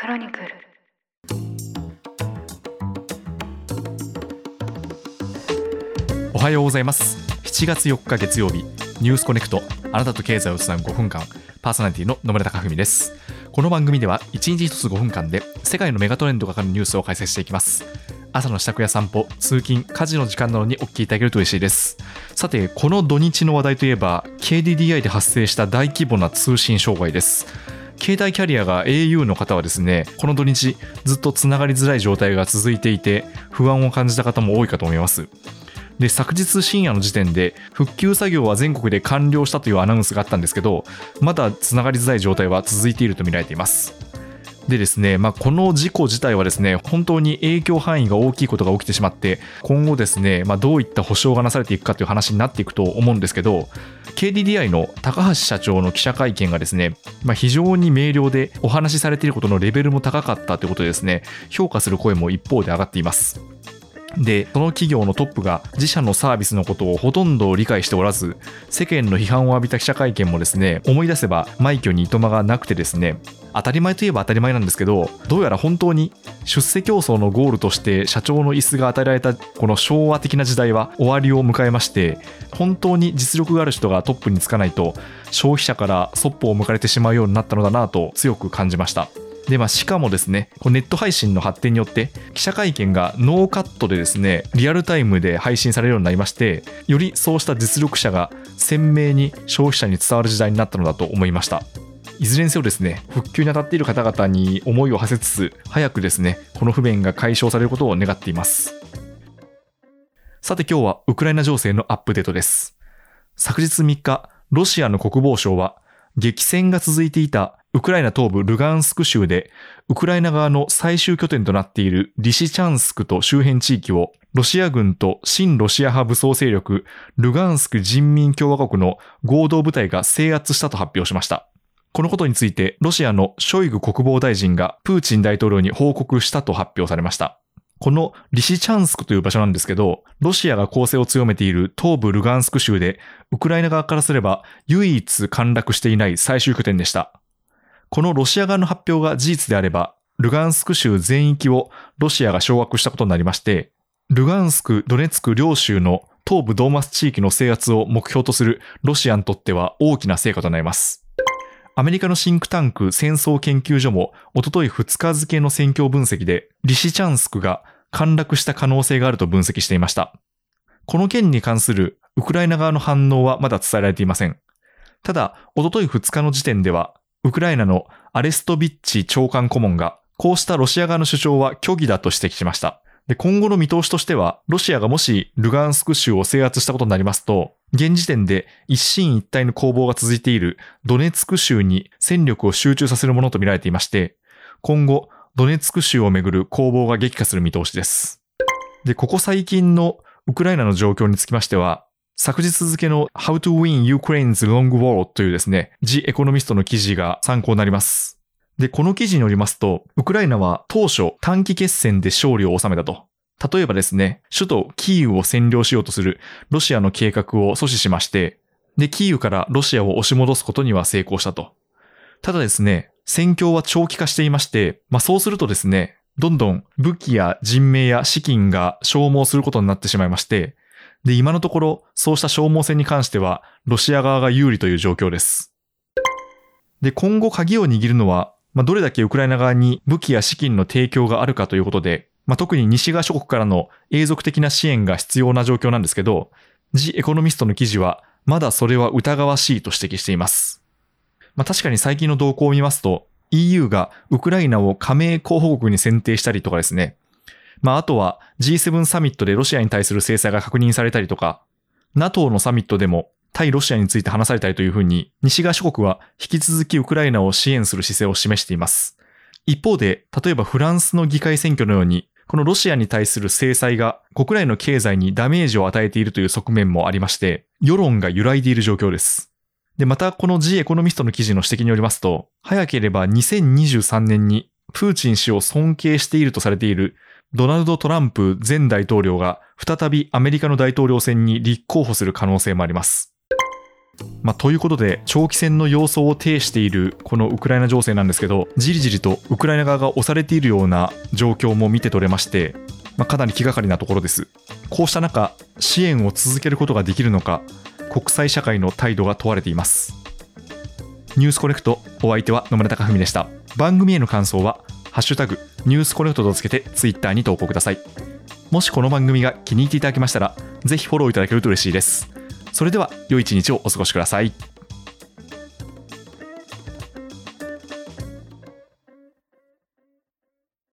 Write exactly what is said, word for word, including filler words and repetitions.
クロニクル。 おはようございます。しちがつよっか月曜日、ニュースコネクト、あなたと経済をつなぐごふんかん、パーソナリティの野村貴文です。この番組ではいちにちひとつごふんかんで世界のメガトレンドがかかるニュースを解説していきます。朝の支度や散歩、通勤、家事の時間などにお聞きいただけると嬉しいです。さて、この土日の話題といえば ケーディーディーアイ で発生した大規模な通信障害です。携帯キャリアが エーユー の方はですね、この土日ずっとつながりづらい状態が続いていて不安を感じた方も多いかと思います。で、昨日深夜の時点で復旧作業は全国で完了したというアナウンスがあったんですけど、まだつながりづらい状態は続いていると見られています。でですね、まあ、この事故自体はですね、本当に影響範囲が大きいことが起きてしまって、今後ですね、まあ、どういった補償がなされていくかという話になっていくと思うんですけど、ケーディーディーアイ の高橋社長の記者会見がですね、まあ、非常に明瞭でお話しされていることのレベルも高かったということでですね、評価する声も一方で上がっています。で、その企業のトップが自社のサービスのことをほとんど理解しておらず、世間の批判を浴びた記者会見もですね、思い出せば枚挙にいとまがなくてですね、当たり前といえば当たり前なんですけど、どうやら本当に出世競争のゴールとして社長の椅子が与えられたこの昭和的な時代は終わりを迎えまして、本当に実力がある人がトップにつかないと消費者からそっぽを向かれてしまうようになったのだなと強く感じました。で、まあ、しかもですね、ネット配信の発展によって記者会見がノーカットでですね、リアルタイムで配信されるようになりまして、よりそうした実力者が鮮明に消費者に伝わる時代になったのだと思いました。いずれにせよですね、復旧に当たっている方々に思いを馳せつつ、早くですね、この不便が解消されることを願っています。さて、今日はウクライナ情勢のアップデートです。昨日みっか、ロシアの国防省は激戦が続いていたウクライナ東部ルガンスク州でウクライナ側の最終拠点となっているリシチャンスクと周辺地域をロシア軍と親ロシア派武装勢力ルガンスク人民共和国の合同部隊が制圧したと発表しました。このことについてロシアのショイグ国防大臣がプーチン大統領に報告したと発表されました。このリシチャンスクという場所なんですけど、ロシアが攻勢を強めている東部ルガンスク州でウクライナ側からすれば唯一陥落していない最終拠点でした。このロシア側の発表が事実であれば、ルガンスク州全域をロシアが掌握したことになりまして、ルガンスク、ドネツク両州の東部ドーマス地域の制圧を目標とするロシアにとっては大きな成果となります。アメリカのシンクタンク戦争研究所もおとといふつか付の戦況分析でリシチャンスクが陥落した可能性があると分析していました。この件に関するウクライナ側の反応はまだ伝えられていません。ただ、おとといふつかの時点ではウクライナのアレストビッチ長官顧問がこうしたロシア側の主張は虚偽だと指摘しました。で、今後の見通しとしては、ロシアがもしルガンスク州を制圧したことになりますと、現時点で一進一退の攻防が続いているドネツク州に戦力を集中させるものと見られていまして、今後ドネツク州をめぐる攻防が激化する見通しです。で、ここ最近のウクライナの状況につきましては、昨日付の How to Win Ukraine's Long War というですね、ジ・エコノミストの記事が参考になります。で、この記事によりますと、ウクライナは当初短期決戦で勝利を収めたと。例えばですね、首都キーウを占領しようとするロシアの計画を阻止しまして、で、キーウからロシアを押し戻すことには成功したと。ただですね、戦況は長期化していまして、まあそうするとですね、どんどん武器や人命や資金が消耗することになってしまいまして、で、今のところ、そうした消耗戦に関しては、ロシア側が有利という状況です。で、今後鍵を握るのは、まあ、どれだけウクライナ側に武器や資金の提供があるかということで、まあ、特に西側諸国からの永続的な支援が必要な状況なんですけど、ジ・エコノミストの記事は、まだそれは疑わしいと指摘しています。まあ、確かに最近の動向を見ますと、イーユー がウクライナを加盟候補国に選定したりとかですね、まあ、あとは ジーセブン サミットでロシアに対する制裁が確認されたりとか、NATO のサミットでも対ロシアについて話されたりというふうに、西側諸国は引き続きウクライナを支援する姿勢を示しています。一方で、例えばフランスの議会選挙のように、このロシアに対する制裁が国内の経済にダメージを与えているという側面もありまして、世論が揺らいでいる状況です。で、またこの ジ・エコノミストの記事の指摘によりますと、早ければにせんにじゅうさんねんにプーチン氏を尊敬しているとされているドナルド・トランプ前大統領が再びアメリカの大統領選に立候補する可能性もあります。 まあ、ということで長期戦の様相を呈しているこのウクライナ情勢なんですけど、じりじりとウクライナ側が押されているような状況も見て取れまして、まあ、かなり気がかりなところです。こうした中、支援を続けることができるのか、国際社会の態度が問われています。ニュースコネクト、お相手は野村貴文でした。番組への感想はハッシュタグニュースコネクトとつけてツイッターに投稿ください。もしこの番組が気に入っていただけましたら、ぜひフォローいただけると嬉しいです。それでは良い一日をお過ごしください。